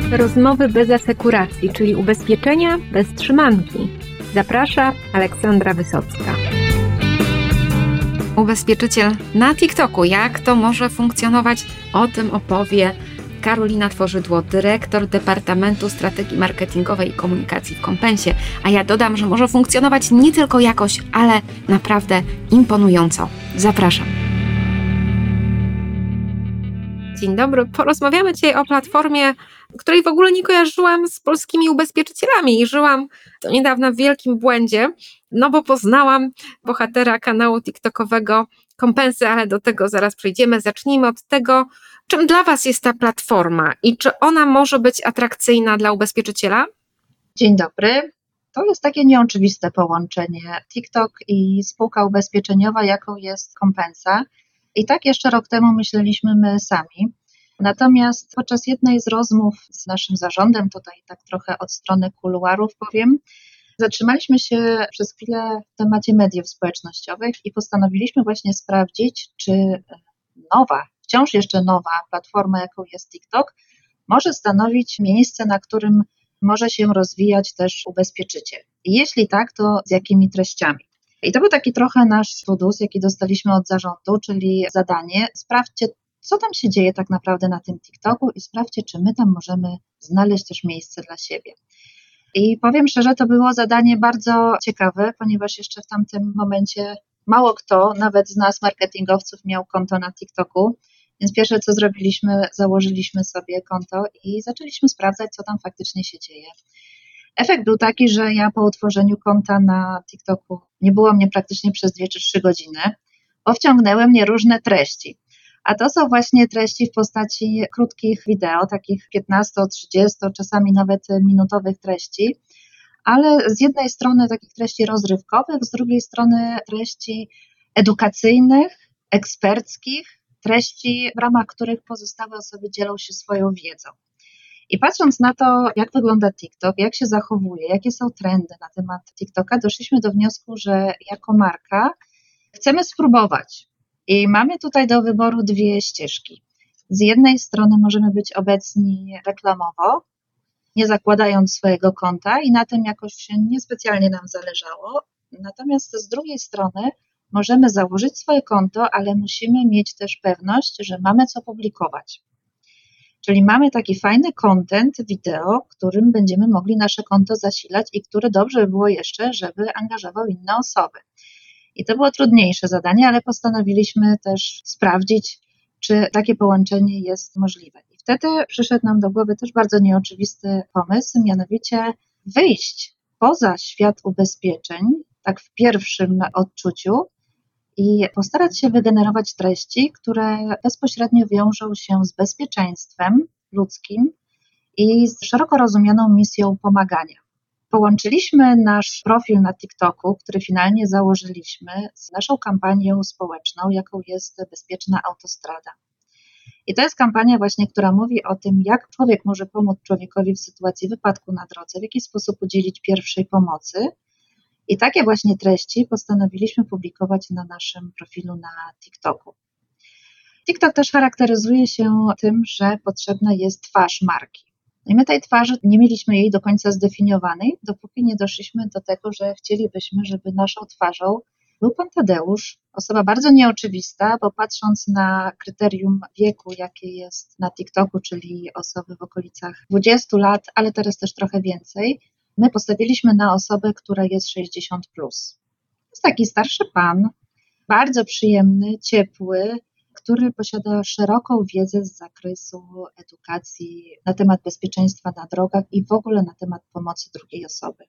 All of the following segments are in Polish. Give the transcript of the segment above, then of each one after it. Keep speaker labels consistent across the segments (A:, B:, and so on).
A: Rozmowy bez asekuracji, czyli ubezpieczenia bez trzymanki. Zaprasza Aleksandra Wysocka.
B: Ubezpieczyciel na TikToku. Jak to może funkcjonować? O tym opowie Karolina Tworzydło, dyrektor Departamentu Strategii Marketingowej i Komunikacji w Compensie. A ja dodam, że może funkcjonować nie tylko jakoś, ale naprawdę imponująco. Zapraszam. Dzień dobry. Porozmawiamy dzisiaj o platformie, której w ogóle nie kojarzyłam z polskimi ubezpieczycielami i żyłam do niedawna w wielkim błędzie, bo poznałam bohatera kanału TikTokowego Compensy, ale do tego zaraz przejdziemy. Zacznijmy od tego, czym dla Was jest ta platforma i czy ona może być atrakcyjna dla ubezpieczyciela?
C: Dzień dobry. To jest takie nieoczywiste połączenie TikTok i spółka ubezpieczeniowa, jaką jest Compensa. I tak jeszcze rok temu myśleliśmy my sami. Natomiast podczas jednej z rozmów z naszym zarządem, tutaj tak trochę od strony kuluarów powiem, zatrzymaliśmy się przez chwilę w temacie mediów społecznościowych i postanowiliśmy właśnie sprawdzić, czy wciąż jeszcze nowa platforma, jaką jest TikTok, może stanowić miejsce, na którym może się rozwijać też ubezpieczyciel. I jeśli tak, to z jakimi treściami? I to był taki trochę nasz studus, jaki dostaliśmy od zarządu, czyli zadanie, sprawdźcie, co tam się dzieje tak naprawdę na tym TikToku i sprawdźcie, czy my tam możemy znaleźć też miejsce dla siebie. I powiem szczerze, to było zadanie bardzo ciekawe, ponieważ jeszcze w tamtym momencie mało kto, nawet z nas marketingowców, miał konto na TikToku, więc pierwsze co zrobiliśmy, założyliśmy sobie konto i zaczęliśmy sprawdzać, co tam faktycznie się dzieje. Efekt był taki, że ja po utworzeniu konta na TikToku nie było mnie praktycznie przez 2 czy 3 godziny, bo wciągnęły mnie różne treści. A to są właśnie treści w postaci krótkich wideo, takich 15, 30, czasami nawet minutowych treści, ale z jednej strony takich treści rozrywkowych, z drugiej strony treści edukacyjnych, eksperckich, treści, w ramach których pozostałe osoby dzielą się swoją wiedzą. I patrząc na to, jak wygląda TikTok, jak się zachowuje, jakie są trendy na temat TikToka, doszliśmy do wniosku, że jako marka chcemy spróbować. I mamy tutaj do wyboru 2 ścieżki. Z jednej strony możemy być obecni reklamowo, nie zakładając swojego konta i na tym jakoś niespecjalnie nam zależało. Natomiast z drugiej strony możemy założyć swoje konto, ale musimy mieć też pewność, że mamy co publikować. Czyli mamy taki fajny content wideo, którym będziemy mogli nasze konto zasilać i który dobrze by było jeszcze, żeby angażował inne osoby. I to było trudniejsze zadanie, ale postanowiliśmy też sprawdzić, czy takie połączenie jest możliwe. I wtedy przyszedł nam do głowy też bardzo nieoczywisty pomysł, mianowicie wyjść poza świat ubezpieczeń, tak w pierwszym odczuciu, i postarać się wygenerować treści, które bezpośrednio wiążą się z bezpieczeństwem ludzkim i z szeroko rozumianą misją pomagania. Połączyliśmy nasz profil na TikToku, który finalnie założyliśmy, z naszą kampanią społeczną, jaką jest Bezpieczna Autostrada. I to jest kampania właśnie, która mówi o tym, jak człowiek może pomóc człowiekowi w sytuacji wypadku na drodze, w jaki sposób udzielić pierwszej pomocy. I takie właśnie treści postanowiliśmy publikować na naszym profilu na TikToku. TikTok też charakteryzuje się tym, że potrzebna jest twarz marki. I my tej twarzy nie mieliśmy jej do końca zdefiniowanej, dopóki nie doszliśmy do tego, że chcielibyśmy, żeby naszą twarzą był pan Tadeusz, osoba bardzo nieoczywista, bo patrząc na kryterium wieku, jakie jest na TikToku, czyli osoby w okolicach 20 lat, ale teraz też trochę więcej, my postawiliśmy na osobę, która jest 60+. To jest taki starszy pan, bardzo przyjemny, ciepły, który posiada szeroką wiedzę z zakresu edukacji na temat bezpieczeństwa na drogach i w ogóle na temat pomocy drugiej osoby.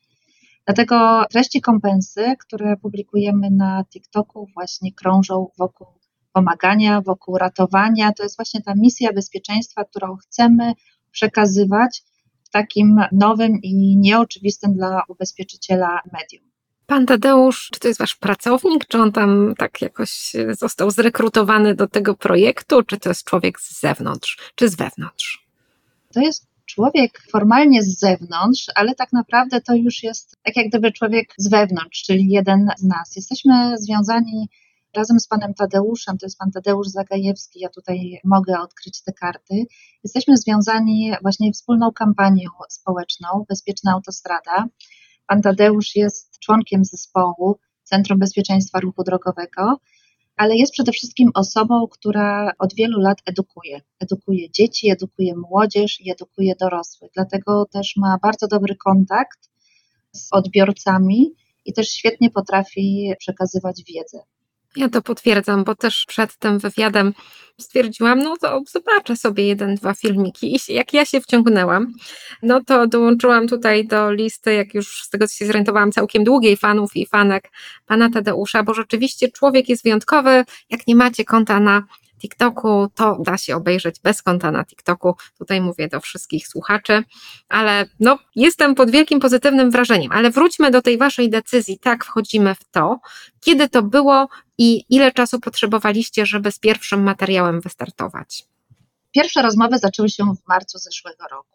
C: Dlatego treści Compensy, które publikujemy na TikToku, właśnie krążą wokół pomagania, wokół ratowania. To jest właśnie ta misja bezpieczeństwa, którą chcemy przekazywać w takim nowym i nieoczywistym dla ubezpieczyciela medium.
B: Pan Tadeusz, czy to jest wasz pracownik, czy on tam tak jakoś został zrekrutowany do tego projektu, czy to jest człowiek z zewnątrz, czy z wewnątrz?
C: To jest człowiek formalnie z zewnątrz, ale tak naprawdę to już jest tak jak gdyby człowiek z wewnątrz, czyli jeden z nas. Jesteśmy związani razem z panem Tadeuszem, to jest pan Tadeusz Zagajewski, ja tutaj mogę odkryć te karty, jesteśmy związani właśnie wspólną kampanią społeczną Bezpieczna Autostrada. Pan Tadeusz jest członkiem zespołu Centrum Bezpieczeństwa Ruchu Drogowego, ale jest przede wszystkim osobą, która od wielu lat edukuje. Edukuje dzieci, edukuje młodzież i edukuje dorosłych. Dlatego też ma bardzo dobry kontakt z odbiorcami i też świetnie potrafi przekazywać wiedzę.
B: Ja to potwierdzam, bo też przed tym wywiadem stwierdziłam, no to zobaczę sobie 1-2 filmiki i jak ja się wciągnęłam, no to dołączyłam tutaj do listy, jak już z tego co się zorientowałam, całkiem długiej fanów i fanek pana Tadeusza, bo rzeczywiście człowiek jest wyjątkowy, jak nie macie konta na TikToku, to da się obejrzeć bez konta na TikToku. Tutaj mówię do wszystkich słuchaczy, ale no jestem pod wielkim pozytywnym wrażeniem. Ale wróćmy do tej waszej decyzji, tak, wchodzimy w to. Kiedy to było i ile czasu potrzebowaliście, żeby z pierwszym materiałem wystartować?
C: Pierwsze rozmowy zaczęły się w marcu zeszłego roku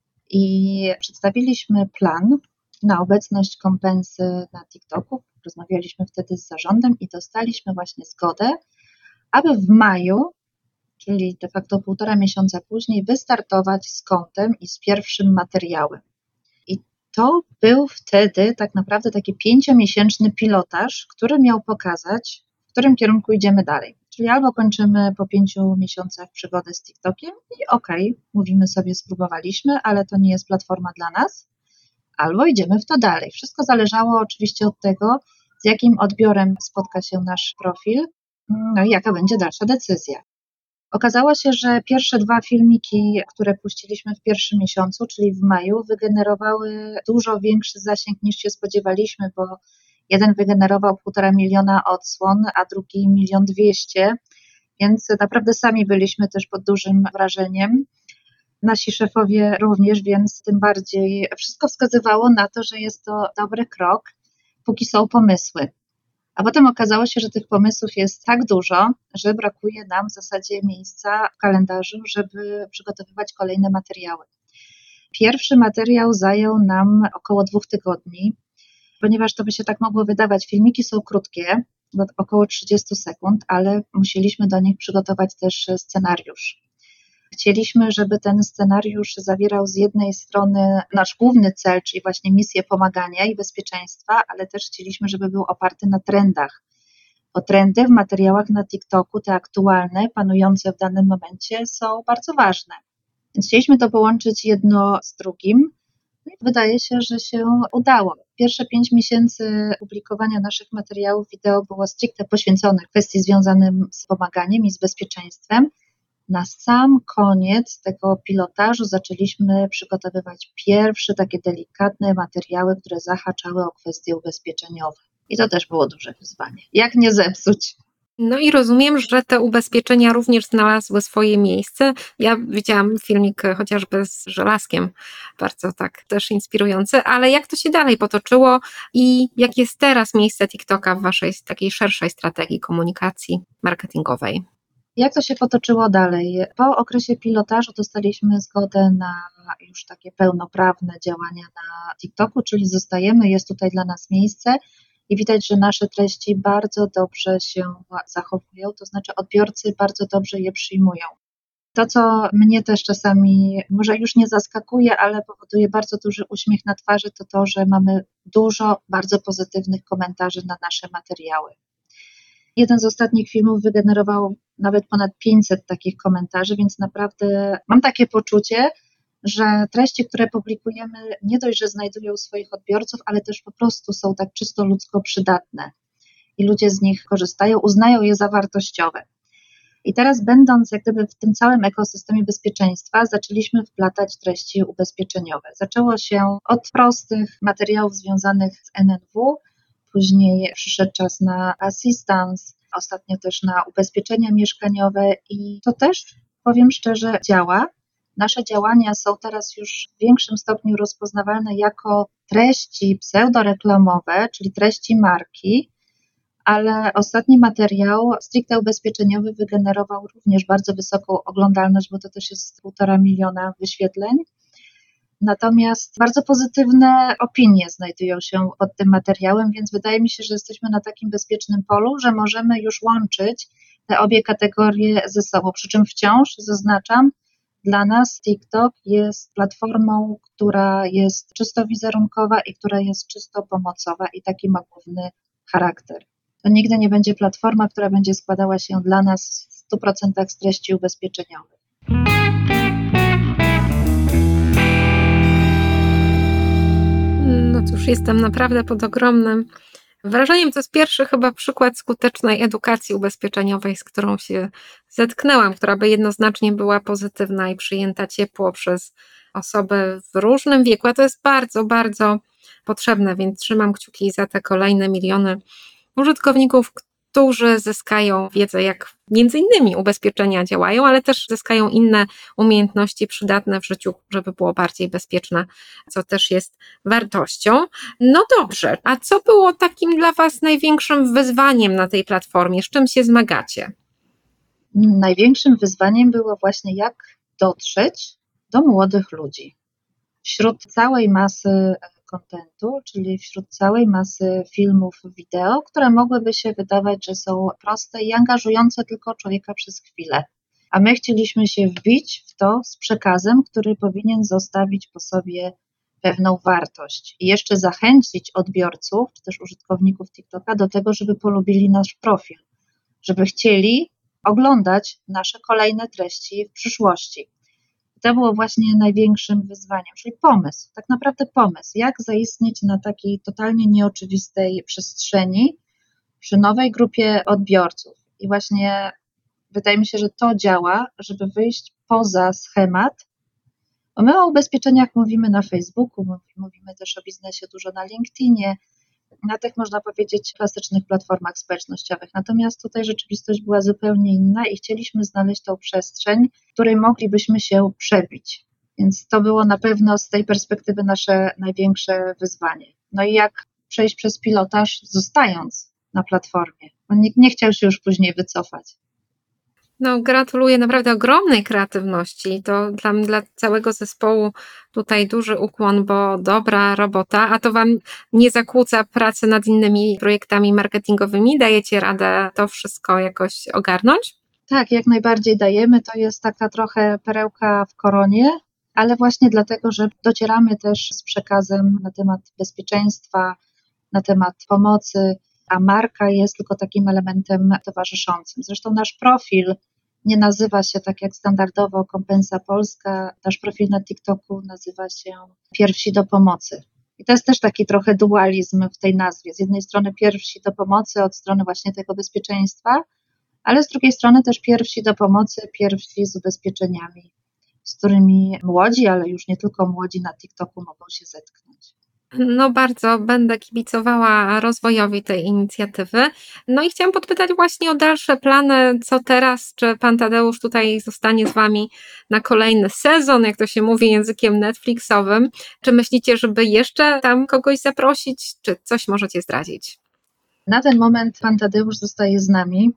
C: i przedstawiliśmy plan na obecność kompensy na TikToku. Rozmawialiśmy wtedy z zarządem i dostaliśmy właśnie zgodę, aby w maju, czyli de facto 1,5 miesiąca później, wystartować z kontem i z pierwszym materiałem. I to był wtedy tak naprawdę taki 5-miesięczny pilotaż, który miał pokazać, w którym kierunku idziemy dalej. Czyli albo kończymy po 5 miesiącach przygodę z TikTokiem i mówimy sobie, spróbowaliśmy, ale to nie jest platforma dla nas, albo idziemy w to dalej. Wszystko zależało oczywiście od tego, z jakim odbiorem spotka się nasz profil, no i jaka będzie dalsza decyzja. Okazało się, że pierwsze 2 filmiki, które puściliśmy w pierwszym miesiącu, czyli w maju, wygenerowały dużo większy zasięg niż się spodziewaliśmy, bo jeden wygenerował 1,5 miliona odsłon, a drugi 1,2 miliona, więc naprawdę sami byliśmy też pod dużym wrażeniem. Nasi szefowie również, więc tym bardziej wszystko wskazywało na to, że jest to dobry krok, póki są pomysły. A potem okazało się, że tych pomysłów jest tak dużo, że brakuje nam w zasadzie miejsca w kalendarzu, żeby przygotowywać kolejne materiały. Pierwszy materiał zajął nam około 2 tygodni, ponieważ to by się tak mogło wydawać. Filmiki są krótkie, bo około 30 sekund, ale musieliśmy do nich przygotować też scenariusz. Chcieliśmy, żeby ten scenariusz zawierał z jednej strony nasz główny cel, czyli właśnie misję pomagania i bezpieczeństwa, ale też chcieliśmy, żeby był oparty na trendach. Bo trendy w materiałach na TikToku, te aktualne, panujące w danym momencie, są bardzo ważne. Więc chcieliśmy to połączyć jedno z drugim. No i wydaje się, że się udało. Pierwsze 5 miesięcy publikowania naszych materiałów wideo było stricte poświęcone kwestii związanym z pomaganiem i z bezpieczeństwem. Na sam koniec tego pilotażu zaczęliśmy przygotowywać pierwsze takie delikatne materiały, które zahaczały o kwestie ubezpieczeniowe. I to też było duże wyzwanie. Jak nie zepsuć?
B: No i rozumiem, że te ubezpieczenia również znalazły swoje miejsce. Ja widziałam filmik chociażby z żelazkiem, bardzo tak też inspirujący, ale jak to się dalej potoczyło i jakie jest teraz miejsce TikToka w waszej takiej szerszej strategii komunikacji marketingowej?
C: Jak to się potoczyło dalej? Po okresie pilotażu dostaliśmy zgodę na już takie pełnoprawne działania na TikToku, czyli zostajemy, jest tutaj dla nas miejsce i widać, że nasze treści bardzo dobrze się zachowują, to znaczy odbiorcy bardzo dobrze je przyjmują. To, co mnie też czasami może już nie zaskakuje, ale powoduje bardzo duży uśmiech na twarzy, to to, że mamy dużo bardzo pozytywnych komentarzy na nasze materiały. Jeden z ostatnich filmów wygenerował nawet ponad 500 takich komentarzy, więc naprawdę mam takie poczucie, że treści, które publikujemy, nie dość, że znajdują swoich odbiorców, ale też po prostu są tak czysto ludzko przydatne i ludzie z nich korzystają, uznają je za wartościowe. I teraz, będąc jak gdyby w tym całym ekosystemie bezpieczeństwa, zaczęliśmy wplatać treści ubezpieczeniowe. Zaczęło się od prostych materiałów związanych z NNW, później przyszedł czas na assistance, ostatnio też na ubezpieczenia mieszkaniowe i to też, powiem szczerze, działa. Nasze działania są teraz już w większym stopniu rozpoznawalne jako treści pseudoreklamowe, czyli treści marki, ale ostatni materiał stricte ubezpieczeniowy wygenerował również bardzo wysoką oglądalność, bo to też jest 1,5 miliona wyświetleń. Natomiast bardzo pozytywne opinie znajdują się pod tym materiałem, więc wydaje mi się, że jesteśmy na takim bezpiecznym polu, że możemy już łączyć te obie kategorie ze sobą. Przy czym wciąż zaznaczam, dla nas TikTok jest platformą, która jest czysto wizerunkowa i która jest czysto pomocowa i taki ma główny charakter. To nigdy nie będzie platforma, która będzie składała się dla nas w 100% z treści ubezpieczeniowych.
B: No cóż, jestem naprawdę pod ogromnym wrażeniem. To jest pierwszy chyba przykład skutecznej edukacji ubezpieczeniowej, z którą się zetknęłam, która by jednoznacznie była pozytywna i przyjęta ciepło przez osoby w różnym wieku, a to jest bardzo, bardzo potrzebne, więc trzymam kciuki za te kolejne miliony użytkowników, którzy zyskają wiedzę, jak między innymi ubezpieczenia działają, ale też zyskają inne umiejętności przydatne w życiu, żeby było bardziej bezpieczne, co też jest wartością. No dobrze, a co było takim dla Was największym wyzwaniem na tej platformie? Z czym się zmagacie?
C: Największym wyzwaniem było właśnie, jak dotrzeć do młodych ludzi. Wśród całej masy kontentu, czyli wśród całej masy filmów, wideo, które mogłyby się wydawać, że są proste i angażujące tylko człowieka przez chwilę. A my chcieliśmy się wbić w to z przekazem, który powinien zostawić po sobie pewną wartość i jeszcze zachęcić odbiorców, czy też użytkowników TikToka do tego, żeby polubili nasz profil, żeby chcieli oglądać nasze kolejne treści w przyszłości. To było właśnie największym wyzwaniem, czyli pomysł, tak naprawdę pomysł, jak zaistnieć na takiej totalnie nieoczywistej przestrzeni przy nowej grupie odbiorców. I właśnie wydaje mi się, że to działa, żeby wyjść poza schemat, bo my o ubezpieczeniach mówimy na Facebooku, mówimy też o biznesie dużo na LinkedInie, na tych, można powiedzieć, klasycznych platformach społecznościowych. Natomiast tutaj rzeczywistość była zupełnie inna i chcieliśmy znaleźć tą przestrzeń, w której moglibyśmy się przebić. Więc to było na pewno z tej perspektywy nasze największe wyzwanie. No i jak przejść przez pilotaż, zostając na platformie. On nie chciał się już później wycofać.
B: No, gratuluję naprawdę ogromnej kreatywności. To dla całego zespołu tutaj duży ukłon, bo dobra robota. A to Wam nie zakłóca pracy nad innymi projektami marketingowymi? Dajecie radę to wszystko jakoś ogarnąć?
C: Tak, jak najbardziej dajemy. To jest taka trochę perełka w koronie, ale właśnie dlatego, że docieramy też z przekazem na temat bezpieczeństwa, na temat pomocy, a marka jest tylko takim elementem towarzyszącym. Zresztą nasz profil nie nazywa się tak jak standardowo Kompensa Polska, nasz profil na TikToku nazywa się Pierwsi do Pomocy. I to jest też taki trochę dualizm w tej nazwie. Z jednej strony pierwsi do pomocy od strony właśnie tego bezpieczeństwa, ale z drugiej strony też pierwsi do pomocy, pierwsi z ubezpieczeniami, z którymi młodzi, ale już nie tylko młodzi na TikToku mogą się zetknąć.
B: No bardzo będę kibicowała rozwojowi tej inicjatywy. No i chciałam podpytać właśnie o dalsze plany, co teraz, czy Pan Tadeusz tutaj zostanie z Wami na kolejny sezon, jak to się mówi językiem Netflixowym. Czy myślicie, żeby jeszcze tam kogoś zaprosić, czy coś możecie zdradzić?
C: Na ten moment Pan Tadeusz zostaje z nami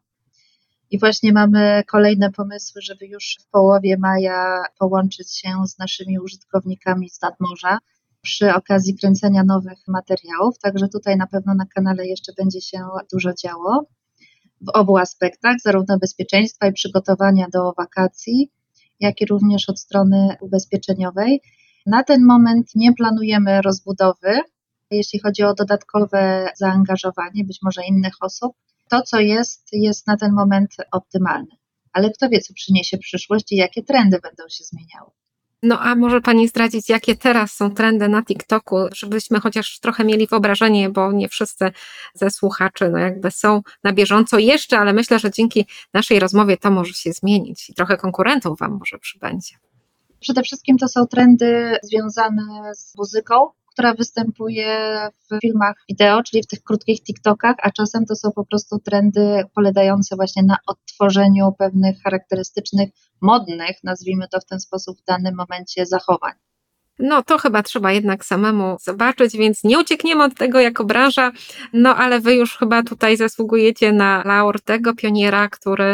C: i właśnie mamy kolejne pomysły, żeby już w połowie maja połączyć się z naszymi użytkownikami z nadmorza przy okazji kręcenia nowych materiałów, także tutaj na pewno na kanale jeszcze będzie się dużo działo w obu aspektach, zarówno bezpieczeństwa i przygotowania do wakacji, jak i również od strony ubezpieczeniowej. Na ten moment nie planujemy rozbudowy, jeśli chodzi o dodatkowe zaangażowanie, być może innych osób. To, co jest na ten moment optymalne. Ale kto wie, co przyniesie przyszłość i jakie trendy będą się zmieniały.
B: No a może Pani zdradzić, jakie teraz są trendy na TikToku, żebyśmy chociaż trochę mieli wyobrażenie, bo nie wszyscy ze słuchaczy no jakby są na bieżąco jeszcze, ale myślę, że dzięki naszej rozmowie to może się zmienić i trochę konkurentów Wam może przybędzie.
C: Przede wszystkim to są trendy związane z muzyką, która występuje w filmach wideo, czyli w tych krótkich TikTokach, a czasem to są po prostu trendy polegające właśnie na odtworzeniu pewnych charakterystycznych, modnych, nazwijmy to w ten sposób, w danym momencie zachowań.
B: No to chyba trzeba jednak samemu zobaczyć, więc nie uciekniemy od tego jako branża, no ale Wy już chyba tutaj zasługujecie na laur tego pioniera,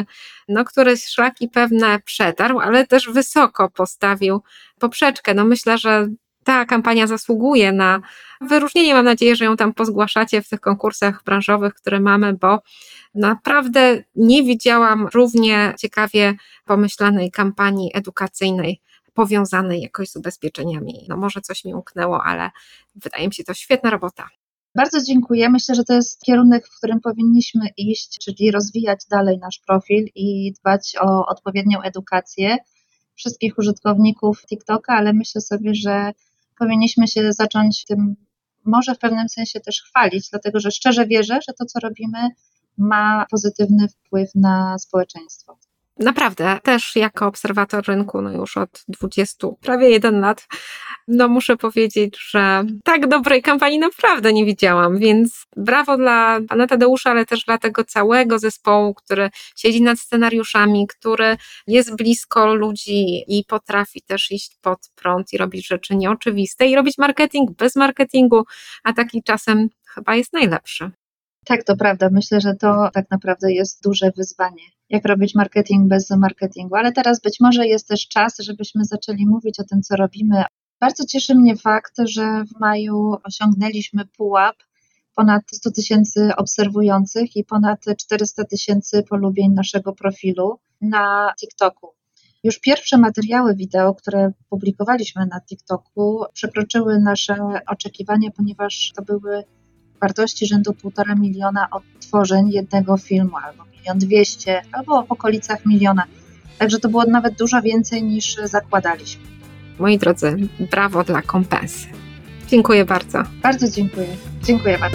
B: który szlaki pewne przetarł, ale też wysoko postawił poprzeczkę. No myślę, że Ta kampania zasługuje na wyróżnienie. Mam nadzieję, że ją tam pozgłaszacie w tych konkursach branżowych, które mamy, bo naprawdę nie widziałam równie ciekawie pomyślanej kampanii edukacyjnej powiązanej jakoś z ubezpieczeniami. Może coś mi umknęło, ale wydaje mi się to świetna robota.
C: Bardzo dziękuję. Myślę, że to jest kierunek, w którym powinniśmy iść, czyli rozwijać dalej nasz profil i dbać o odpowiednią edukację wszystkich użytkowników TikToka, ale myślę sobie, że powinniśmy się zacząć tym może w pewnym sensie też chwalić, dlatego że szczerze wierzę, że to, co robimy, ma pozytywny wpływ na społeczeństwo.
B: Naprawdę, też jako obserwator rynku, już od prawie 1 lat, muszę powiedzieć, że tak dobrej kampanii naprawdę nie widziałam, więc brawo dla pana Tadeusza, ale też dla tego całego zespołu, który siedzi nad scenariuszami, który jest blisko ludzi i potrafi też iść pod prąd i robić rzeczy nieoczywiste i robić marketing bez marketingu, a taki czasem chyba jest najlepszy.
C: Tak, to prawda. Myślę, że to tak naprawdę jest duże wyzwanie. Jak robić marketing bez marketingu, ale teraz być może jest też czas, żebyśmy zaczęli mówić o tym, co robimy. Bardzo cieszy mnie fakt, że w maju osiągnęliśmy pułap ponad 100 000 obserwujących i ponad 400 000 polubień naszego profilu na TikToku. Już pierwsze materiały wideo, które publikowaliśmy na TikToku, przekroczyły nasze oczekiwania, ponieważ to były wartości rzędu 1,5 miliona odtworzeń jednego filmu, albo 1 200 000, albo w okolicach 1 miliona. Także to było nawet dużo więcej niż zakładaliśmy.
B: Moi drodzy, brawo dla Kompensy. Dziękuję bardzo.
C: Bardzo dziękuję. Dziękuję bardzo.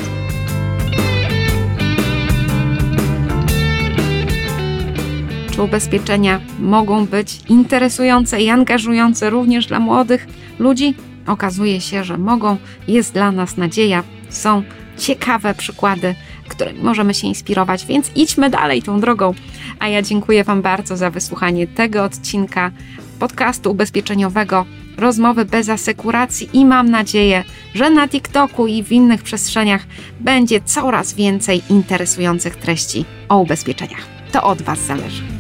B: Czy ubezpieczenia mogą być interesujące i angażujące również dla młodych ludzi? Okazuje się, że mogą. Jest dla nas nadzieja. Są ciekawe przykłady, którymi możemy się inspirować, więc idźmy dalej tą drogą. A ja dziękuję Wam bardzo za wysłuchanie tego odcinka podcastu ubezpieczeniowego Rozmowy bez asekuracji i mam nadzieję, że na TikToku i w innych przestrzeniach będzie coraz więcej interesujących treści o ubezpieczeniach. To od Was zależy.